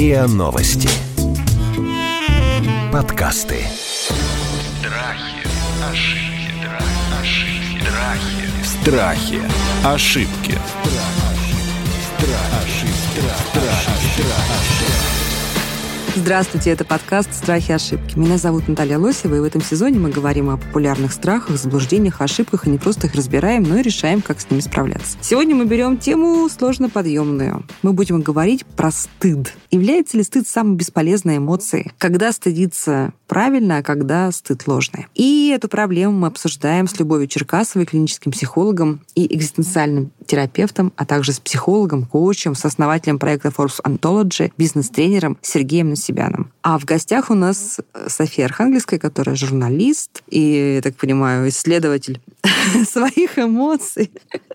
РИА Новости. Подкасты. Страхи, ошибки. Здравствуйте, это подкаст «Страхи и ошибки». Меня зовут Наталья Лосева, и в этом сезоне мы говорим о популярных страхах, заблуждениях, ошибках, и не просто их разбираем, но и решаем, как с ними справляться. Сегодня мы берем тему сложноподъемную. Мы будем говорить про стыд. Является ли стыд самой бесполезной эмоцией? Когда стыдиться правильно, а когда стыд ложный? И эту проблему мы обсуждаем с Любовью Черкасовой, клиническим психологом и экзистенциальным терапевтом, а также с психологом, коучем, сооснователем проекта Forbes Anthology, бизнес-тренером Сергеем Насибяном. А в гостях у нас София Архангельская, которая журналист и, я так понимаю, исследователь своих эмоций,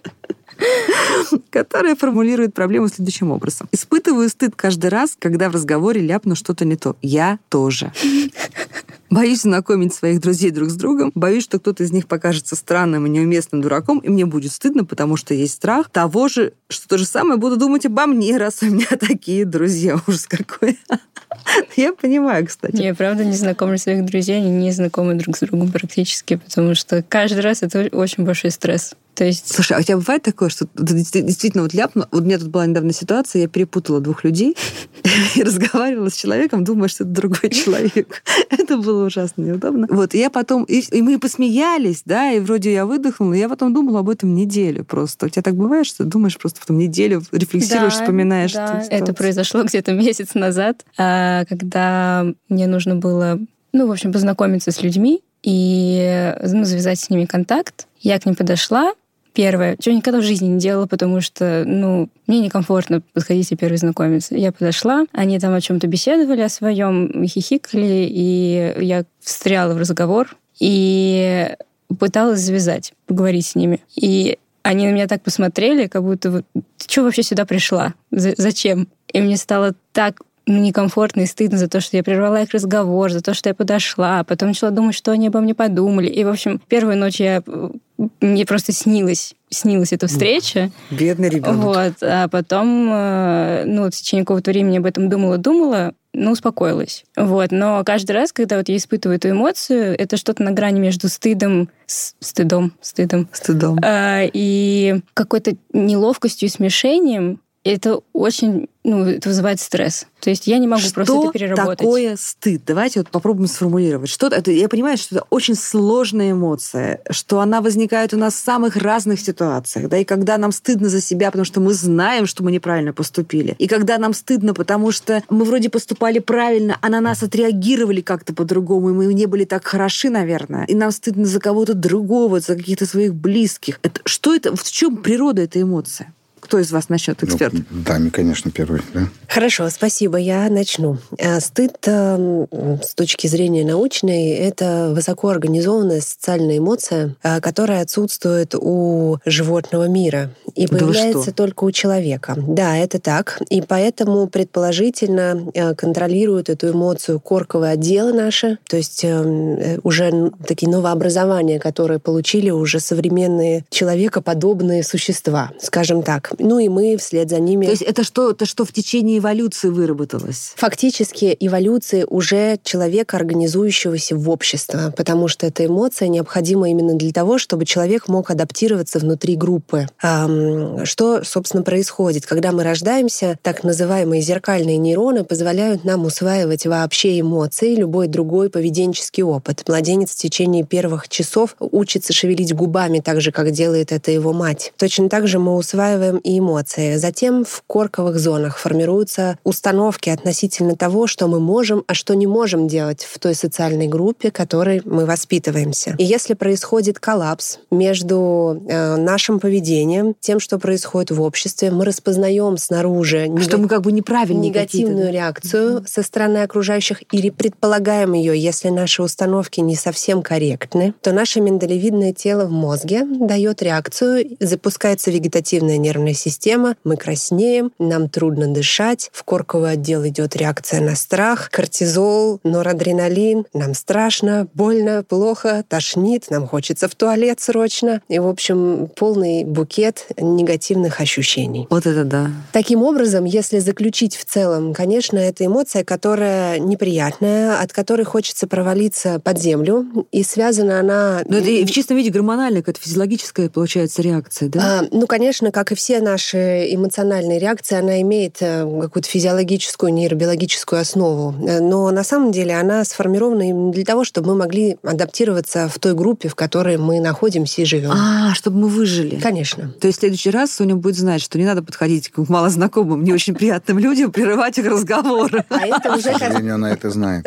которая формулирует проблему следующим образом. Испытываю стыд каждый раз, когда в разговоре ляпну что-то не то. Я тоже. Боюсь знакомить своих друзей друг с другом. Боюсь, что кто-то из них покажется странным и неуместным дураком, и мне будет стыдно, потому что есть страх того же, что то же самое буду думать обо мне, раз у меня такие друзья. Ужас какой. Я понимаю, кстати. Я, правда, не знакомлю своих друзей, они не знакомы друг с другом практически, потому что каждый раз это очень большой стресс. То есть... Слушай, а у тебя бывает такое, что ты действительно вот ляпнула? Вот у меня тут была недавно ситуация, я перепутала двух людей и разговаривала с человеком, думая, что это другой человек. Это было ужасно неудобно. Вот, и я потом... И мы посмеялись, да, и вроде я выдохнула, и я потом думала об этом неделю просто. У тебя так бывает, что ты думаешь просто потом неделю, рефлексируешь, вспоминаешь? Да, это произошло где-то месяц назад, когда мне нужно было, в общем, познакомиться с людьми и завязать с ними контакт. Я к ним подошла. Первое, чего я никогда в жизни не делала, потому что, мне некомфортно подходить и первой знакомиться. Я подошла, они там о чем-то беседовали, о своем, хихикали, и я встряла в разговор и пыталась завязать, поговорить с ними. И они на меня так посмотрели, как будто ты что вообще сюда пришла? Зачем? И мне стало так некомфортно и стыдно за то, что я прервала их разговор, за то, что я подошла. Потом начала думать, что они обо мне подумали. И, в общем, первую ночь мне просто снилась эта встреча. Бедный ребенок. Вот. А потом, в течение какого-то времени об этом думала, успокоилась. Вот. Но каждый раз, когда я испытываю эту эмоцию, это что-то на грани между стыдом и какой-то неловкостью и смешением. Это очень, это вызывает стресс. То есть я не могу просто это переработать. Что такое стыд? Давайте попробуем сформулировать. Я понимаю, что это очень сложная эмоция, что она возникает у нас в самых разных ситуациях. Да, и когда нам стыдно за себя, потому что мы знаем, что мы неправильно поступили. И когда нам стыдно, потому что мы вроде поступали правильно, а на нас отреагировали как-то по-другому, и мы не были так хороши, наверное. И нам стыдно за кого-то другого, за каких-то своих близких. Что это? В чем природа этой эмоции? Кто из вас начнет, эксперт? Даме, конечно, первый. Да? Хорошо, спасибо, я начну. Стыд с точки зрения научной — это высокоорганизованная социальная эмоция, которая отсутствует у животного мира и появляется только у человека. Да, это так. И поэтому предположительно контролируют эту эмоцию корковые отделы наши, то есть уже такие новообразования, которые получили уже современные человекоподобные существа, скажем так. И мы вслед за ними... То есть это что в течение эволюции выработалось? Фактически эволюции уже человека, организующегося в общество, потому что эта эмоция необходима именно для того, чтобы человек мог адаптироваться внутри группы. Что, собственно, происходит? Когда мы рождаемся, так называемые зеркальные нейроны позволяют нам усваивать вообще эмоции, любой другой поведенческий опыт. Младенец в течение первых часов учится шевелить губами так же, как делает это его мать. Точно так же мы усваиваем и эмоции. Затем в корковых зонах формируются установки относительно того, что мы можем, а что не можем делать в той социальной группе, в которой мы воспитываемся. И если происходит коллапс между нашим поведением, тем, что происходит в обществе, мы распознаем снаружи что мы как бы неправильные негативную реакцию со стороны окружающих или предполагаем ее, если наши установки не совсем корректны, то наше миндалевидное тело в мозге дает реакцию, запускается вегетативная нервная нервная система, мы краснеем, нам трудно дышать, в корковый отдел идет реакция на страх, кортизол, норадреналин, нам страшно, больно, плохо, тошнит, нам хочется в туалет срочно. И, в общем, полный букет негативных ощущений. Вот это да. Таким образом, если заключить в целом, конечно, это эмоция, которая неприятная, от которой хочется провалиться под землю, и связана она... Но это в чистом виде гормональная, какая-то физиологическая, получается, реакция, да? Конечно, как и все наши эмоциональные реакции, она имеет какую-то физиологическую, нейробиологическую основу. Но на самом деле она сформирована именно для того, чтобы мы могли адаптироваться в той группе, в которой мы находимся и живем. Чтобы мы выжили. Конечно. То есть в следующий раз Соня будет знать, что не надо подходить к малознакомым, не очень приятным людям, прерывать их разговоры. А это уже... К сожалению, она это знает.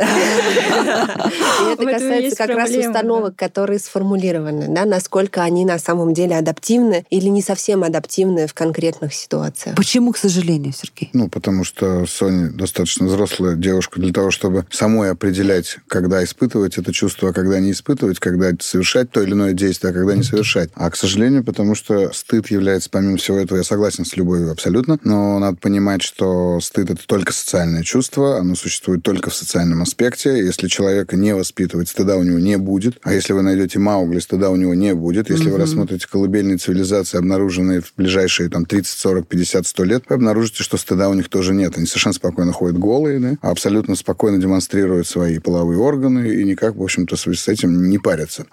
И это касается как раз установок, которые сформулированы, да, насколько они на самом деле адаптивны или не совсем адаптивны в конкретных ситуациях. Почему, к сожалению, Сергей? Потому что Соня достаточно взрослая девушка для того, чтобы самой определять, когда испытывать это чувство, а когда не испытывать, когда совершать то или иное действие, а когда не совершать. А, к сожалению, потому что стыд является, помимо всего этого, я согласен с любовью абсолютно, но надо понимать, что стыд — это только социальное чувство, оно существует только в социальном аспекте. Если человека не воспитывать, стыда у него не будет. А если вы найдете Маугли, стыда у него не будет. Если вы рассмотрите колыбельные цивилизации, обнаруженные в ближайшие 30, 40, 50, 100 лет, вы обнаружите, что стыда у них тоже нет. Они совершенно спокойно ходят голые, да, абсолютно спокойно демонстрируют свои половые органы и никак, в общем-то, с этим не парятся.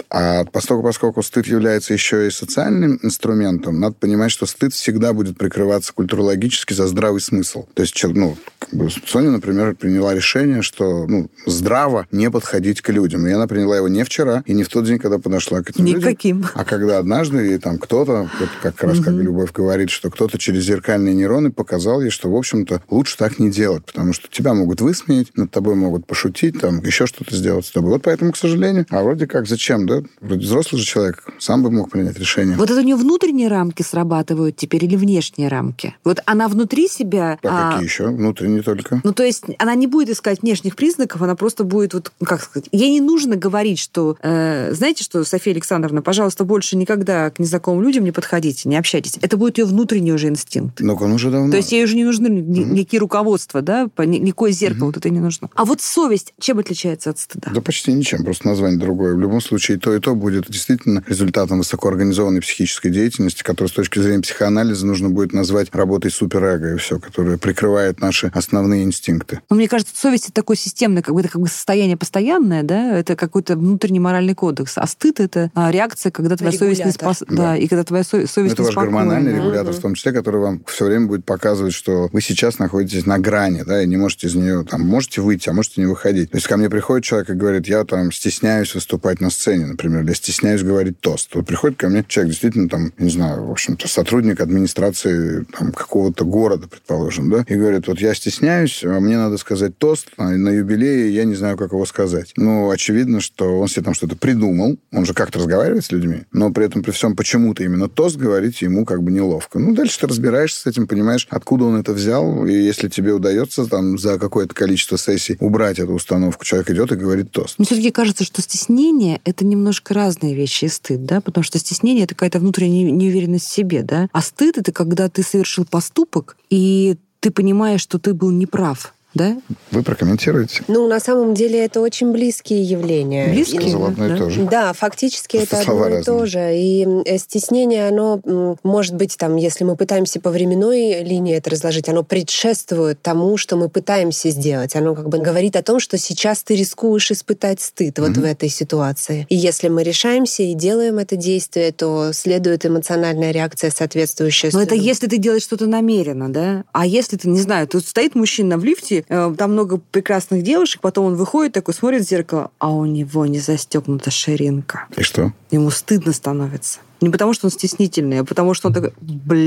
А поскольку стыд является еще и социальным инструментом, надо понимать, что стыд всегда будет прикрываться культурологически за здравый смысл. То есть, Соня, например, приняла решение, что здраво не подходить к людям. И она приняла его не вчера и не в тот день, когда подошла к этим людям. А когда однажды и кто-то, как раз как Любовь говорит, что кто-то через зеркальные нейроны показал ей, что, в общем-то, лучше так не делать, потому что тебя могут высмеять, над тобой могут пошутить, еще что-то сделать с тобой. Поэтому, к сожалению, вроде как зачем, да? Вроде взрослый же человек сам бы мог принять решение. Это у нее внутренние рамки срабатывают теперь или внешние рамки? Она внутри себя... Какие еще? Внутренние только. То есть она не будет искать внешних признаков, она просто будет, ей не нужно говорить, что, знаете что, Софья Александровна, пожалуйста, больше никогда к незнакомым людям не подходите, не общайтесь. Это будет ее внутренний уже инстинкт. Он уже давно. То есть ей уже не нужны никакие руководства, да, никакое зеркало это не нужно. А совесть чем отличается от стыда? Да почти ничем, просто название другое. В любом случае, и то будет действительно результатом высокоорганизованной психической деятельности, которую с точки зрения психоанализа нужно будет назвать работой суперэго и все, которое прикрывает наши основные инстинкты. Мне кажется, совесть — это такое системное, это состояние постоянное, да, это какой-то внутренний моральный кодекс. А стыд — это реакция, когда твоя совесть не способна. Да, и когда твоя совесть не спокойна. Это ваш гормональный регулятор, в том числе, который вам все время будет показывать, что вы сейчас находитесь на грани, да, и не можете из нее, можете выйти, а можете не выходить. То есть ко мне приходит человек и говорит, я стесняюсь выступать на сцене, например, я стесняюсь говорить тост. Приходит ко мне человек, действительно, не знаю, в общем-то, сотрудник администрации какого-то города, предположим, да, и говорит, я стесняюсь, мне надо сказать тост на юбилее, я не знаю, как его сказать. Очевидно, что он себе что-то придумал, он же как-то разговаривает с людьми, но при этом, при всем, почему-то именно тост говорить ему неловко. Дальше ты разбираешься с этим, понимаешь, откуда он это взял, и если тебе удается за какое-то количество сессий убрать эту установку, человек идет и говорит тост. Мне все-таки кажется, что стеснение — это немножко разные вещи и стыд, да, потому что стеснение — это какая-то внутренняя неуверенность в себе, да, а стыд — это когда ты совершил поступок, и ты понимаешь, что ты был неправ. Да? Вы прокомментируете? На самом деле это очень близкие явления. Близкие? Одно и то же. Да, фактически просто это одно и то же. И стеснение, оно может быть, если мы пытаемся по временной линии это разложить, оно предшествует тому, что мы пытаемся сделать. Оно говорит о том, что сейчас ты рискуешь испытать стыд в этой ситуации. И если мы решаемся и делаем это действие, то следует эмоциональная реакция, соответствующая стыду. Но это если ты делаешь что-то намеренно, да? А если ты, не знаю, тут стоит мужчина в лифте, там много прекрасных девушек, потом он выходит такой, смотрит в зеркало, а у него не застегнута ширинка. И что? Ему стыдно становится. Не потому, что он стеснительный, а потому, что он такой,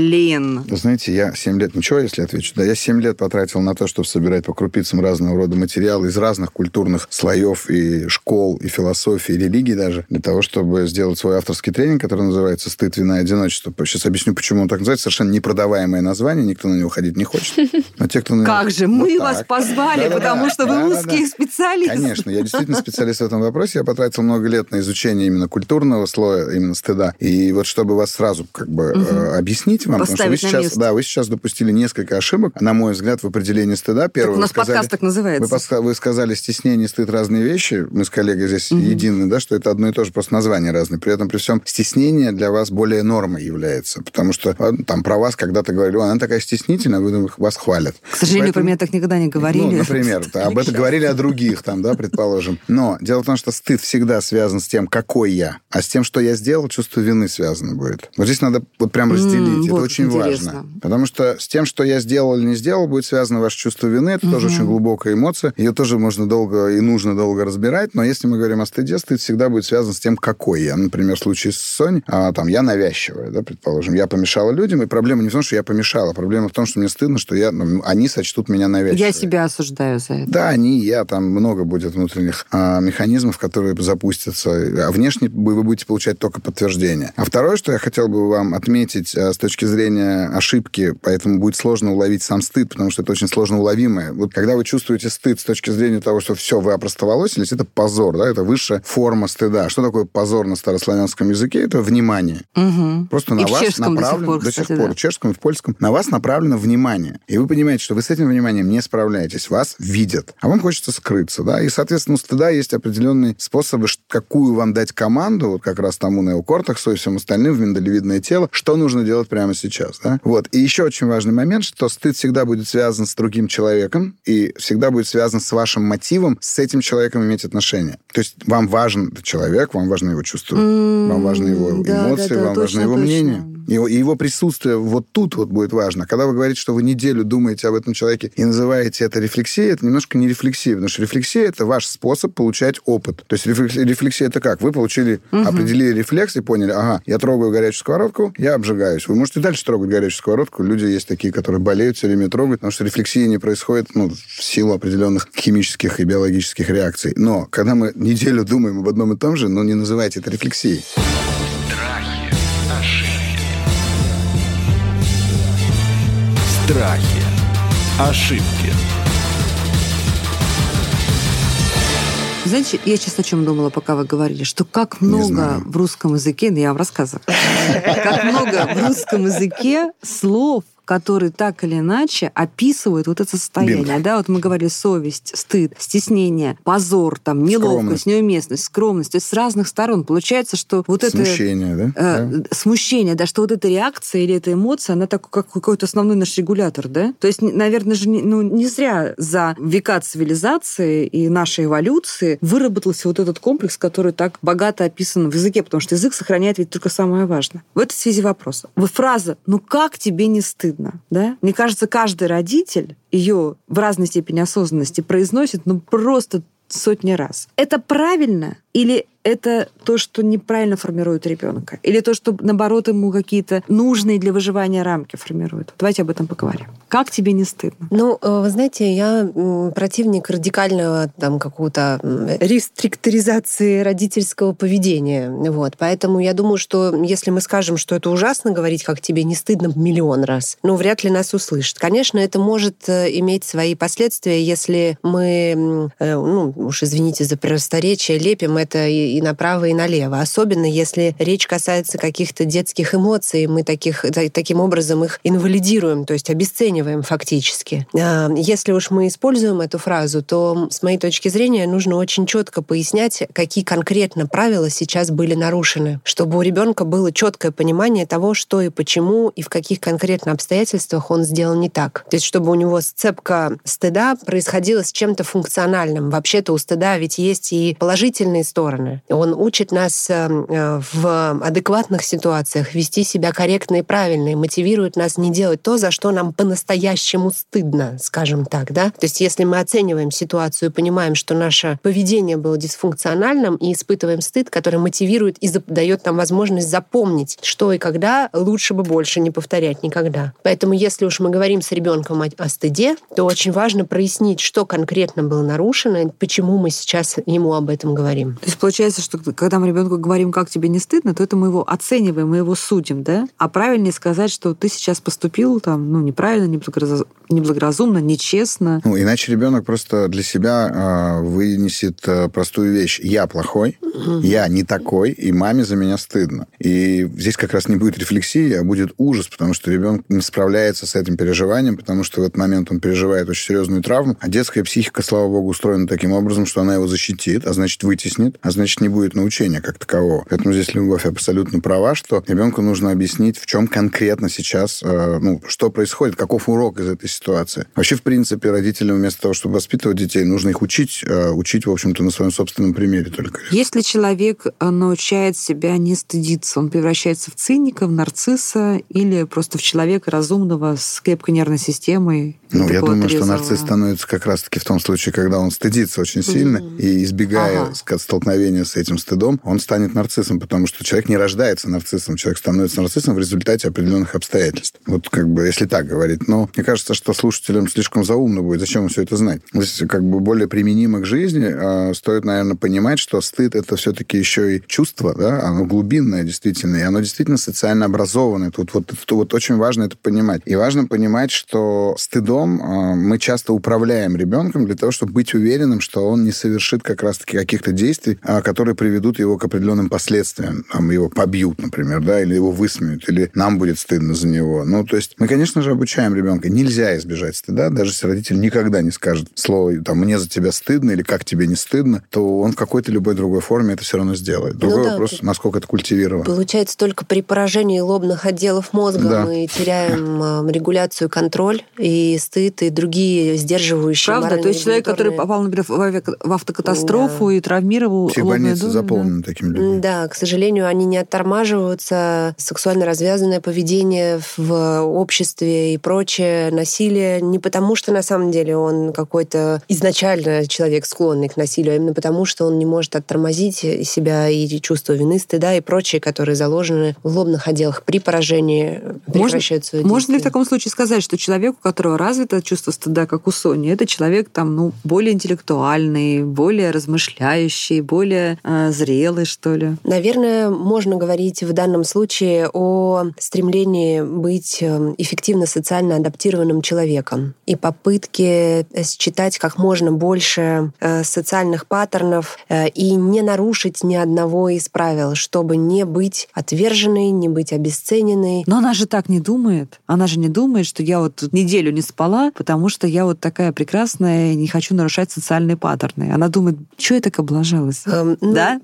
Знаете, я 7 лет... Ничего, если отвечу? Да, я 7 лет потратил на то, чтобы собирать по крупицам разного рода материалы из разных культурных слоев и школ, и философии, и религий даже, для того, чтобы сделать свой авторский тренинг, который называется «Стыд, вина и одиночество». Сейчас объясню, почему он так называется. Совершенно непродаваемое название, никто на него ходить не хочет. Но те, кто как же, мы вас позвали, потому что вы узкий специалист. Конечно, я действительно специалист в этом вопросе. Я потратил много лет на изучение именно культурного слоя, именно стыда. И И вот чтобы вас сразу объяснить вам, поставить потому что вы сейчас допустили несколько ошибок, на мой взгляд, в определении стыда. Первое, так у нас подкаст так называется. Вы сказали, стеснение и стыд разные вещи. Мы с коллегой здесь едины, да, что это одно и то же, просто название разное. При этом, при всем, стеснение для вас более нормой является. Потому что там про вас когда-то говорили, она такая стеснительная, вы вас хвалят. К сожалению, про меня так никогда не говорили. Например, об этом говорили о других, предположим. Но дело в том, что стыд всегда связан с тем, какой я, а с тем, что я сделал, чувство вины связано будет. Вот здесь надо прям разделить. Это очень важно. Потому что с тем, что я сделал или не сделал, будет связано ваше чувство вины. Это тоже очень глубокая эмоция. Ее тоже можно долго и нужно долго разбирать. Но если мы говорим о стыде, стыд всегда будет связан с тем, какой я. Например, в случае с Соней, я навязчивая, да, предположим. Я помешала людям, и проблема не в том, что я помешала. Проблема в том, что мне стыдно, что они сочтут меня навязчивой. Я себя осуждаю за это. Да, я, много будет внутренних механизмов, которые запустятся. А внешне вы будете получать только подтверждение. А второе, что я хотел бы вам отметить с точки зрения ошибки, поэтому будет сложно уловить сам стыд, потому что это очень сложно уловимое. Вот когда вы чувствуете стыд с точки зрения того, что все, вы опростоволосились, это позор, да, это высшая форма стыда. Что такое позор на старославянском языке? Это внимание. Просто на вас направлено... До сих пор, в чешском и в польском. На вас направлено внимание. И вы понимаете, что вы с этим вниманием не справляетесь. Вас видят. А вам хочется скрыться, да? И, соответственно, у стыда есть определенные способы, какую вам дать команду, вот как раз тому неокортексу и всем остальным в миндалевидное тело, что нужно делать прямо сейчас, да? Вот. И еще очень важный момент, что стыд всегда будет связан с другим человеком и всегда будет связан с вашим мотивом с этим человеком иметь отношения. То есть вам важен этот человек, вам важно его чувство, вам важны его эмоции, вам важно его мнение. И его присутствие вот тут вот будет важно. Когда вы говорите, что вы неделю думаете об этом человеке и называете это рефлексией, это немножко не рефлексия, потому что рефлексия — это ваш способ получать опыт. То есть рефлексия — это как? Вы получили, определили рефлекс и поняли, я трогаю горячую сковородку, я обжигаюсь. Вы можете дальше трогать горячую сковородку. Люди есть такие, которые болеют, все время трогают, потому что рефлексия не происходит в силу определенных химических и биологических реакций. Но когда мы неделю думаем об одном и том же, не называйте это рефлексией. Страхи, ошибки. Знаете, я сейчас о чем думала, пока вы говорили, что как много в русском языке, я вам рассказываю, как много в русском языке слов, которые так или иначе описывают вот это состояние. Да, вот мы говорили совесть, стыд, стеснение, позор, неловкость, неуместность, скромность. То есть с разных сторон. Получается, что вот это... Смущение, да? Смущение, да, что вот эта реакция или эта эмоция, она такой, как какой-то основной наш регулятор, да? То есть, наверное же, не зря за века цивилизации и нашей эволюции выработался вот этот комплекс, который так богато описан в языке, потому что язык сохраняет ведь только самое важное. В этой связи вопрос. Фраза как тебе не стыдно? Да? Мне кажется, каждый родитель ее в разной степени осознанности произносит просто сотни раз. Это правильно или это то, что неправильно формирует ребенка? Или то, что, наоборот, ему какие-то нужные для выживания рамки формирует? Давайте об этом поговорим. Как тебе не стыдно? Вы знаете, я противник радикального какого-то рестриктуризации родительского поведения. Поэтому я думаю, что если мы скажем, что это ужасно говорить, как тебе не стыдно миллион раз, вряд ли нас услышат. Конечно, это может иметь свои последствия, если мы, уж извините за просторечие, лепим это и направо, и налево. Особенно, если речь касается каких-то детских эмоций, мы таким образом их инвалидируем, то есть обесцениваем фактически. Если уж мы используем эту фразу, то, с моей точки зрения, нужно очень четко пояснять, какие конкретно правила сейчас были нарушены, чтобы у ребенка было четкое понимание того, что и почему, и в каких конкретно обстоятельствах он сделал не так. То есть, чтобы у него сцепка стыда происходила с чем-то функциональным. Вообще-то у стыда ведь есть и положительные стороны. Он учит нас в адекватных ситуациях вести себя корректно и правильно, и мотивирует нас не делать то, за что нам по-настоящему стыдно, скажем так, да? То есть если мы оцениваем ситуацию и понимаем, что наше поведение было дисфункциональным, и испытываем стыд, который мотивирует и дает нам возможность запомнить, что и когда, лучше бы больше не повторять никогда. Поэтому если уж мы говорим с ребенком о стыде, то очень важно прояснить, что конкретно было нарушено, и почему мы сейчас ему об этом говорим. То есть получается, что когда мы ребенку говорим, как тебе не стыдно, то это мы его оцениваем, мы его судим, да? А правильнее сказать, что ты сейчас поступил неправильно, неблагоразумно, нечестно. Иначе ребенок просто для себя вынесет простую вещь. Я плохой, я не такой, и маме за меня стыдно. И здесь как раз не будет рефлексии, а будет ужас, потому что ребенок не справляется с этим переживанием, потому что в этот момент он переживает очень серьезную травму, а детская психика, слава богу, устроена таким образом, что она его защитит, а значит, вытеснит, а значит, не будет научения как такового. Поэтому здесь Любовь абсолютно права, что ребенку нужно объяснить, в чем конкретно сейчас, что происходит, каков урок из этой ситуации. Вообще, в принципе, родителям вместо того, чтобы воспитывать детей, нужно их учить, в общем-то, на своем собственном примере только. Если человек научает себя не стыдиться, он превращается в циника, в нарцисса или просто в человека разумного с крепкой нервной системой? Я думаю, что нарцисс становится как раз-таки в том случае, когда он стыдится очень сильно, и избегая столкновения с этим стыдом, он станет нарциссом, потому что человек не рождается нарциссом, человек становится нарциссом в результате определенных обстоятельств. Если так говорить. Но мне кажется, что слушателям слишком заумно будет. Зачем им все это знать? Здесь более применимо к жизни. Стоит, наверное, понимать, что стыд — это все-таки еще и чувство, да? Оно глубинное действительно, и оно действительно социально образованное. Тут очень важно это понимать. И важно понимать, что стыдом мы часто управляем ребенком для того, чтобы быть уверенным, что он не совершит как раз-таки каких-то действий, которые приведут его к определенным последствиям. Его побьют, например, да, или его высмеют, или нам будет стыдно за него. То есть мы, конечно же, обучаем ребенка. Нельзя избежать стыда, даже если родитель никогда не скажет слово «мне за тебя стыдно» или «как тебе не стыдно», то он в какой-то любой другой форме это все равно сделает. Другой вопрос, насколько это культивировано. Получается, только при поражении лобных отделов мозга мы теряем регуляцию, контроль, и стыд, и другие сдерживающие моральные. Правда? То есть человек, который попал, например, в автокатастрофу и травмировал все больницы заполнены такими людьми. Да, к сожалению, они не оттормаживаются. Сексуально развязанное поведение в обществе и прочее, насилие не потому, что на самом деле он какой-то изначально человек, склонный к насилию, а именно потому, что он не может оттормозить себя и чувство вины, стыда и прочее, которые заложены в лобных отделах при поражении, прекращают свое действие. Можно ли в таком случае сказать, что человек, у которого развито чувство стыда, как у Сони, это человек более интеллектуальный, более размышляющий, более зрелый, что ли? Наверное, можно говорить в данном случае о стремлении быть эффективно социально адаптированным человеком и попытке считать как можно больше социальных паттернов и не нарушить ни одного из правил, чтобы не быть отверженной, не быть обесцененной. Но она же так не думает. Она же не думает, что я неделю не спала, потому что я такая прекрасная и не хочу нарушать социальные паттерны. Она думает, что я так облажалась? Да?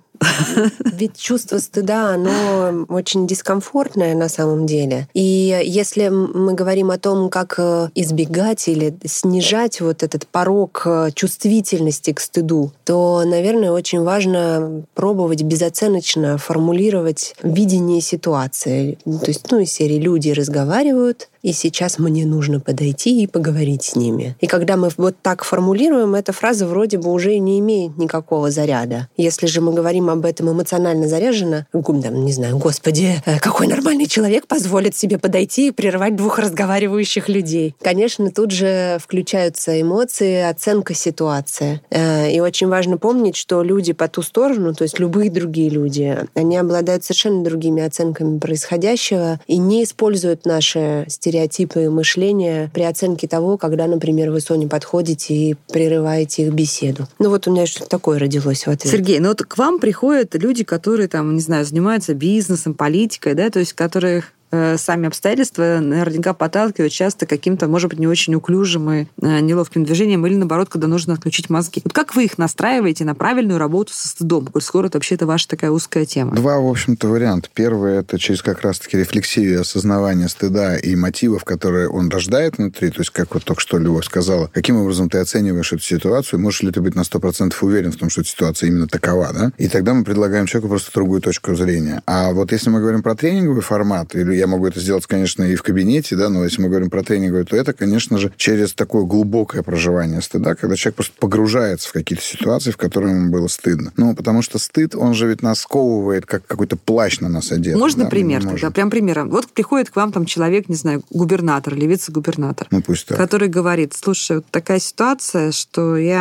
Ведь чувство стыда, оно очень дискомфортное на самом деле. И если мы говорим о том, как избегать или снижать этот порог чувствительности к стыду, то, наверное, очень важно пробовать безоценочно формулировать видение ситуации. То есть, из серии «люди разговаривают», и сейчас мне нужно подойти и поговорить с ними. И когда мы так формулируем, эта фраза вроде бы уже не имеет никакого заряда. Если же мы говорим об этом эмоционально заряженно, не знаю, господи, какой нормальный человек позволит себе подойти и прервать двух разговаривающих людей? Конечно, тут же включаются эмоции, оценка ситуации. И очень важно помнить, что люди по ту сторону, то есть любые другие люди, они обладают совершенно другими оценками происходящего и не используют наши стереотипы мышления при оценке того, когда, например, вы, Соня, подходите и прерываете их беседу. У меня что-то такое родилось в ответ. Сергей, к вам приходят люди, которые занимаются бизнесом, политикой, да, то есть которых сами обстоятельства наверняка подталкивают часто каким-то, может быть, не очень уклюжим и неловким движением, или, наоборот, когда нужно отключить мозги. Как вы их настраиваете на правильную работу со стыдом? Коль скоро это вообще-то ваша такая узкая тема. Два, в общем-то, варианта. Первый — это через как раз-таки рефлексию, осознавание стыда и мотивов, которые он рождает внутри. То есть, как только что Любовь сказала, каким образом ты оцениваешь эту ситуацию, можешь ли ты быть на 100% уверен в том, что эта ситуация именно такова, да? И тогда мы предлагаем человеку просто другую точку зрения. А если мы говорим про тренинговый формат, или я могу это сделать, конечно, и в кабинете, да, но если мы говорим про тренинговый, то это, конечно же, через такое глубокое проживание стыда, когда человек просто погружается в какие-то ситуации, в которые ему было стыдно. Потому что стыд, он же ведь нас сковывает, как какой-то плащ на нас одет. Можно пример тогда? Прям примером. Приходит к вам человек, не знаю, губернатор или вице-губернатор, пусть так, который говорит: слушай, такая ситуация, что я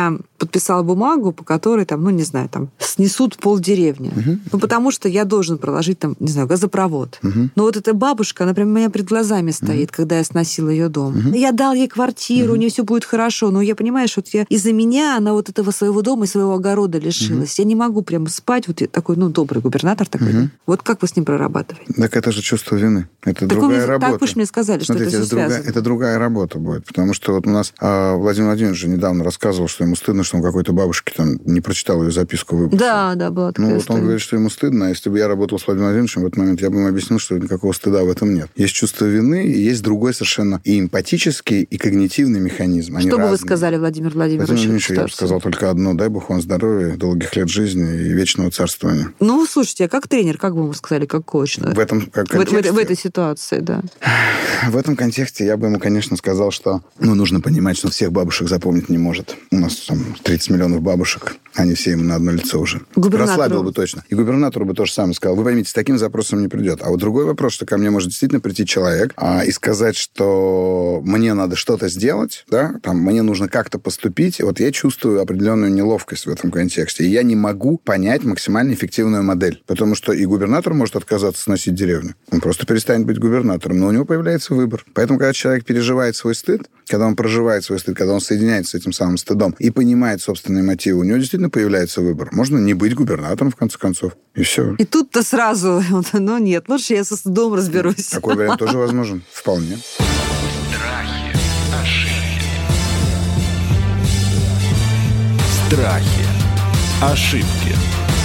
подписала бумагу, по которой там, ну, не знаю, там, снесут полдеревни. Ну, потому что я должен проложить там, не знаю, газопровод. Но вот эта бабушка, она прям у меня перед глазами стоит, когда я сносила ее дом. Я дал ей квартиру, у нее все будет хорошо, но я понимаю, что вот из-за меня она вот этого своего дома и своего огорода лишилась. Я не могу прямо спать. Вот я такой, ну, добрый губернатор такой. Вот как вы с ним прорабатываете? Так это же чувство вины. Это Так другая работа. Так вы же мне сказали, Смотрите, что это все связано. Это другая работа будет. Потому что вот у нас Владимир Владимирович же недавно рассказывал, что ему стыдно, что он какой-то бабушке там не прочитал ее записку выпуска. Да, была такая Ну, вот история. он говорит, что ему стыдно, а если бы я работал с Владимиром Владимировичем в этот момент, я бы ему объяснил, что никакого стыда в этом нет. Есть чувство вины, и есть другой совершенно и эмпатический, и когнитивный механизм. Они Что бы вы разные. сказали, Владимир Владимирович? Владимир Владимирович, я бы сказал только одно: дай Бог вам здоровья, долгих лет жизни и вечного царствования. Ну, слушайте, а как тренер, как бы вы сказали, как коуч? В этом контексте... В этой ситуации, да. В этом контексте я бы ему, конечно, сказал, что нужно понимать, что всех бабушек запомнить не может. У нас там 30 миллионов бабушек, они все ему на одно лицо уже. Расслабил бы точно. И губернатору бы то же самое сказал. Вы поймите, с таким запросом не придет. А вот другой вопрос, что ко мне может действительно прийти человек и сказать, что мне надо что-то сделать, да, там, мне нужно как-то поступить. И вот я чувствую определенную неловкость в этом контексте. И я не могу понять максимально эффективную модель. Потому что и губернатор может отказаться сносить деревню. Он просто перестанет быть губернатором. Но у него появляется выбор. Поэтому, когда человек переживает свой стыд, когда он проживает свой стыд, когда он соединяется с этим самым стыдом и понимает собственные мотивы, у него действительно появляется выбор. Можно не быть губернатором, в конце концов. И все. И тут-то сразу, ну нет, лучше я со стыдом разберусь. Такой вариант тоже возможен. Вполне. Страхи, ошибки. Страхи, ошибки.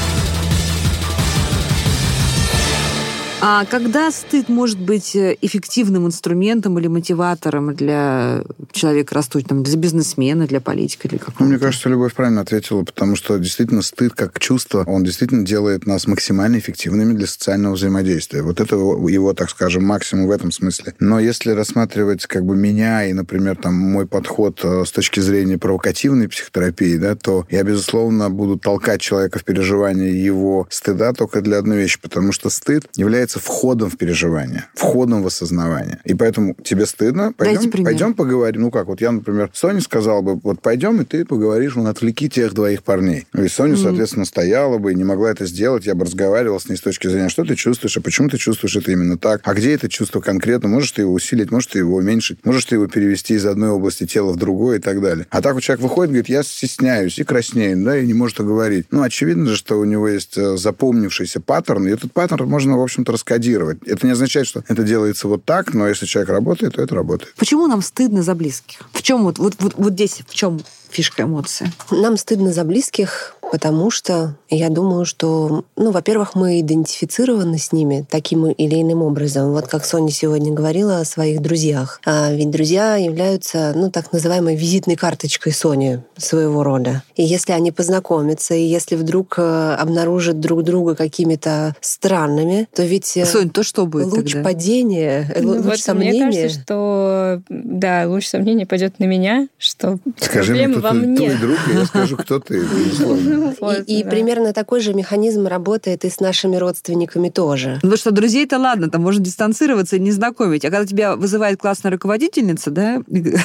А когда стыд может быть эффективным инструментом или мотиватором для человека растущего, там, для бизнесмена, для политика или какого-то? Мне кажется, Любовь правильно ответила, потому что действительно стыд как чувство, он действительно делает нас максимально эффективными для социального взаимодействия. Вот это его, так скажем, максимум в этом смысле. Но если рассматривать как бы меня и, например, там, мой подход с точки зрения провокативной психотерапии, да, то я, безусловно, буду толкать человека в переживание его стыда только для одной вещи, потому что стыд является входом в переживание, входом в осознавание. И поэтому тебе стыдно? Пойдем поговорим. Ну как, вот я, например, Соне сказал бы, вот пойдем, и ты поговоришь, отвлеки тех двоих парней. И Соня, соответственно, стояла бы и не могла это сделать. Я бы разговаривал с ней с точки зрения, что ты чувствуешь, а почему ты чувствуешь это именно так, а где это чувство конкретно, можешь ты его усилить, можешь ты его уменьшить, можешь ты его перевести из одной области тела в другую и так далее. А так вот человек выходит, говорит, я стесняюсь и краснеет, да, и не может говорить. Ну, очевидно же, что у него есть запомнившийся паттерн, и этот паттерн можно, в общем-то, раскодировать. Это не означает, что это делается вот так, но если человек работает, то это работает. Почему нам стыдно за близких? В чем вот здесь, в чем фишка эмоции? Нам стыдно за близких, потому что я думаю, что, во-первых, мы идентифицированы с ними таким или иным образом. Вот как Соня сегодня говорила о своих друзьях. А ведь друзья являются, так называемой визитной карточкой Сони своего рода. И если они познакомятся, и если вдруг обнаружат друг друга какими-то странными, то ведь Сонь, то что будет луч тогда? падения, луч сомнения... Мне кажется, что луч сомнения пойдет на меня, что Скажи мне, проблема во мне. твой друг, и я скажу, кто ты, безусловно. И примерно такой же механизм работает и с нашими родственниками тоже. Потому что друзей-то ладно, там можно дистанцироваться и не знакомить. А когда тебя вызывает классная руководительница, да,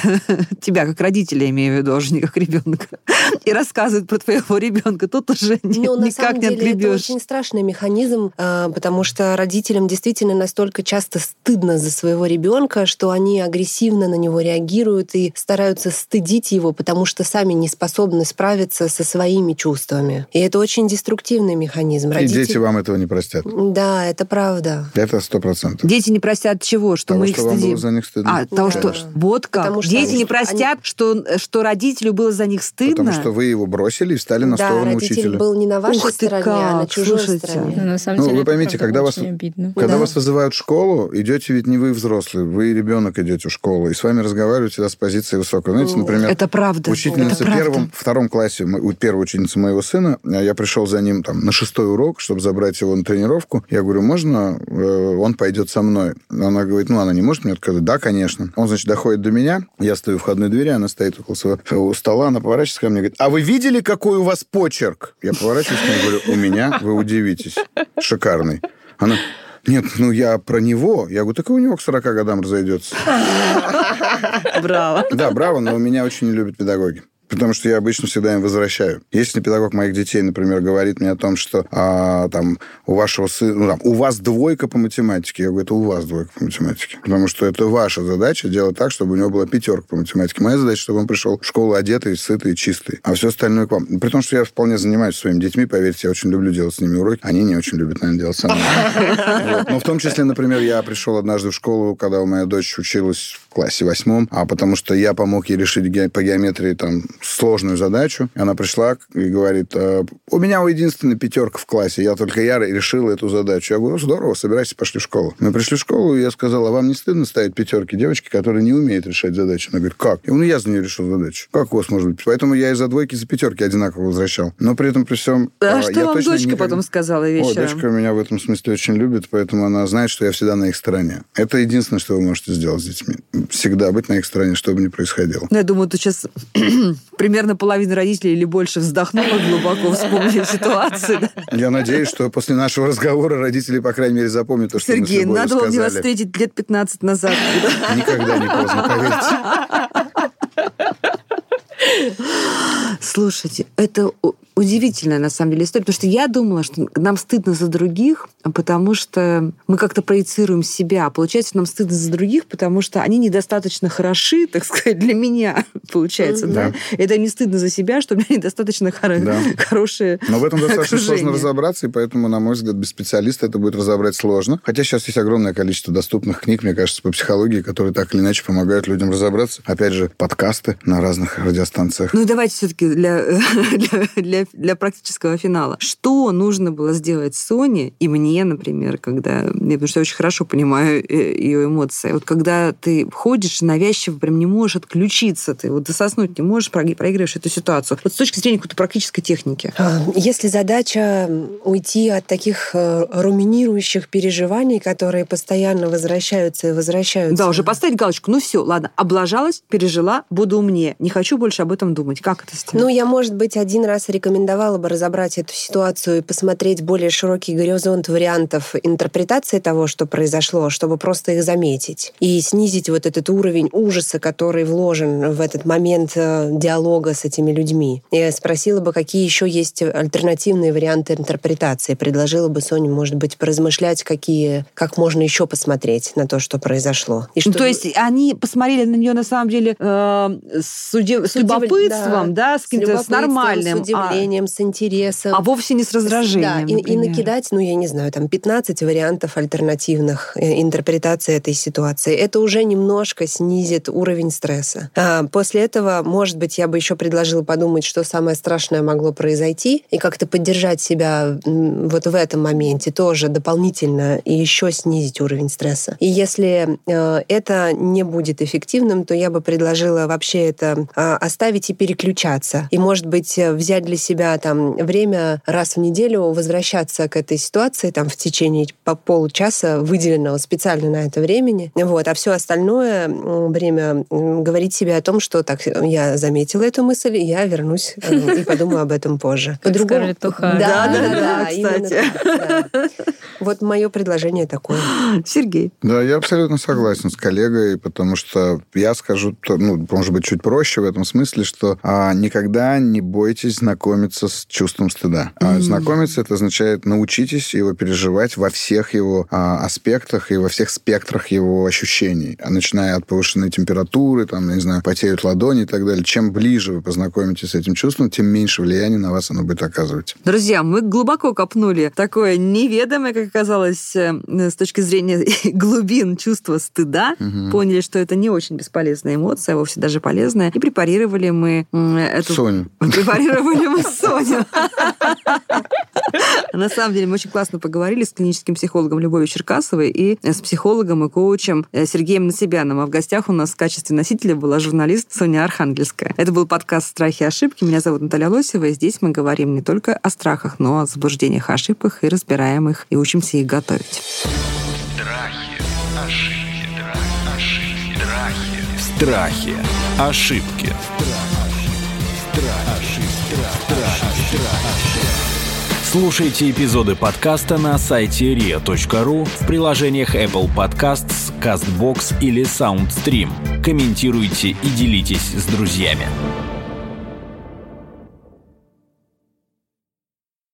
тебя как родителя, имею в виду, уже не как ребенка, и рассказывает про твоего ребенка, тут уже никак не отгребешь. Это очень страшный механизм, потому что родителям действительно настолько часто стыдно за своего ребенка, что они агрессивно на него реагируют и стараются стыдить его, потому что сами не способны справиться со своими чувствами. И это очень деструктивный механизм. И дети вам этого не простят. Да, это правда. Это 100%. Дети не простят чего? Что того, мы их что вам стыдим? было за них стыдно. Того, что... Вот как. Потому что Дети не простят, что родителю было за них стыдно? Потому что вы его бросили и встали на сторону родитель учителя. был не на вашей стороне, а на чужой Слушайте. стороне. На самом деле, вы это поймите, правда когда очень обидно. вас вызывают в школу, идете ведь не вы взрослый, вы ребенок идете в школу, и с вами разговаривают всегда с позиции высокой. Знаете, например, Это правда. учительница в втором классе, первая ученица моего сына, я пришел за ним на 6-й урок, чтобы забрать его на тренировку. Я говорю, можно он пойдет со мной? Она говорит, она не может мне отказать. Да, конечно. Он, доходит до меня, я стою в входной двери, она стоит около своего стола, она поворачивается ко мне и говорит, а вы видели, какой у вас почерк? Я поворачиваюсь к ней и говорю, у меня, вы удивитесь, шикарный. Она... Нет, я про него. Я говорю, так и у него к 40 годам разойдется. Браво. Да, браво, но меня очень не любят педагоги. потому что я обычно всегда им возвращаю. Если педагог моих детей, например, говорит мне о том, что там у вашего сына, у вас 2 по математике, я говорю, это у вас 2 по математике, потому что это ваша задача делать так, чтобы у него была 5 по математике. Моя задача, чтобы он пришел в школу одетый, сытый, чистый, а все остальное к вам. При том, что я вполне занимаюсь своими детьми, поверьте, я очень люблю делать с ними уроки. Они не очень любят, наверное, делать со мной. Но в том числе, например, я пришел однажды в школу, когда у моя дочь училась в классе 8, потому что я помог ей решить по геометрии там сложную задачу. Она пришла и говорит, у меня единственная 5 в классе, я решил эту задачу. Я говорю, здорово, собирайся, пошли в школу. Мы пришли в школу, и я сказал, а вам не стыдно ставить 5 девочки, которые не умеют решать задачи? Она говорит, как? Я за нее решил задачу. Как у вас может быть? Поэтому я и за 2, и за 5 одинаково возвращал. Но при этом, при всем... А что вам дочка потом сказала вечером? Дочка меня в этом смысле очень любит, поэтому она знает, что я всегда на их стороне. Это единственное, что вы можете сделать с детьми. Всегда быть на их стороне, что бы ни происходило. Я думаю, тут сейчас примерно половина родителей или больше вздохнула глубоко, вспомнив ситуацию. Я надеюсь, что после нашего разговора родители, по крайней мере, запомнят то, что мы с Любовью сказали. Сергей, надо было вас встретить лет 15 назад. Никогда не поздно, поверьте. Слушайте, это удивительная, на самом деле, история, потому что я думала, что нам стыдно за других, потому что мы как-то проецируем себя. Получается, нам стыдно за других, потому что они недостаточно хороши, так сказать, для меня, получается, да? Это не стыдно за себя, что у меня недостаточно хорошие. Но в этом достаточно сложно разобраться, и поэтому, на мой взгляд, без специалиста это будет разобрать сложно. Хотя сейчас есть огромное количество доступных книг, мне кажется, по психологии, которые так или иначе помогают людям разобраться. Опять же, подкасты на разных радиостанциях. Ну и давайте все-таки для практического финала. Что нужно было сделать Соне и мне, например, потому что я очень хорошо понимаю ее эмоции. Вот когда ты ходишь навязчиво, прям не можешь отключиться, ты заснуть не можешь, проигрываешь эту ситуацию. Вот с точки зрения какой-то практической техники. Если задача уйти от таких руминирующих переживаний, которые постоянно возвращаются и возвращаются... Да, уже поставить галочку. Все, ладно, облажалась, пережила, буду умнее. Не хочу больше об этом думать. Как это сделать? Я, может быть, один раз рекомендовала бы разобрать эту ситуацию и посмотреть более широкий горизонт вариантов интерпретации того, что произошло, чтобы просто их заметить. И снизить вот этот уровень ужаса, который вложен в этот момент диалога с этими людьми. Я спросила бы, какие еще есть альтернативные варианты интерпретации. Предложила бы Соне, может быть, поразмышлять, как можно еще посмотреть на то, что произошло. И что... То есть они посмотрели на нее, на самом деле, с любопытством, да, с нормальным. С удивлением, с интересом. А вовсе не с раздражением. Да, и накидать, 15 вариантов альтернативных интерпретаций этой ситуации. Это уже немножко снизит уровень стресса. После этого, может быть, я бы еще предложила подумать, что самое страшное могло произойти, и как-то поддержать себя вот в этом моменте тоже дополнительно и еще снизить уровень стресса. И если это не будет эффективным, то я бы предложила вообще это оставить и переключаться. И, может быть, взять для себя время раз в неделю возвращаться к этой ситуации в течение получаса, выделенного специально на это времени. А все остальное время говорить себе о том, что так, я заметила эту мысль, и я вернусь и подумаю об этом позже. Скарлетт О'Хара. Да, кстати. Вот мое предложение такое. Сергей. Да, я абсолютно согласен с коллегой, потому что я скажу, может быть, чуть проще в этом смысле, что никогда не бойтесь знакомиться с чувством стыда. Знакомиться — это означает научитесь его переживать во всех его аспектах и во всех спектрах его ощущений. Начиная от повышенной температуры, потеют ладони и так далее. Чем ближе вы познакомитесь с этим чувством, тем меньше влияния на вас оно будет оказывать. Друзья, мы глубоко копнули такое неведомое, как оказалось, с точки зрения глубин чувства стыда. Поняли, что это не очень бесполезная эмоция, а вовсе даже полезная. И препарировали мы эту... Соню. Препарировали мы Соню. На самом деле, мы очень классно поговорили с клиническим психологом Любовью Черкасовой и с психологом и коучем Сергеем Насибяном. А в гостях у нас в качестве носителя была журналист Соня Архангельская. Это был подкаст «Страхи и ошибки». Меня зовут Наталья Лосева, и здесь мы говорим не только о страхах, но и о заблуждениях и ошибках, и разбираем их, и учимся их готовить. Страхи, ошибки, ошибки. Слушайте эпизоды подкаста на сайте ria.ru, в приложениях Apple Podcasts, CastBox или SoundStream. Комментируйте и делитесь с друзьями.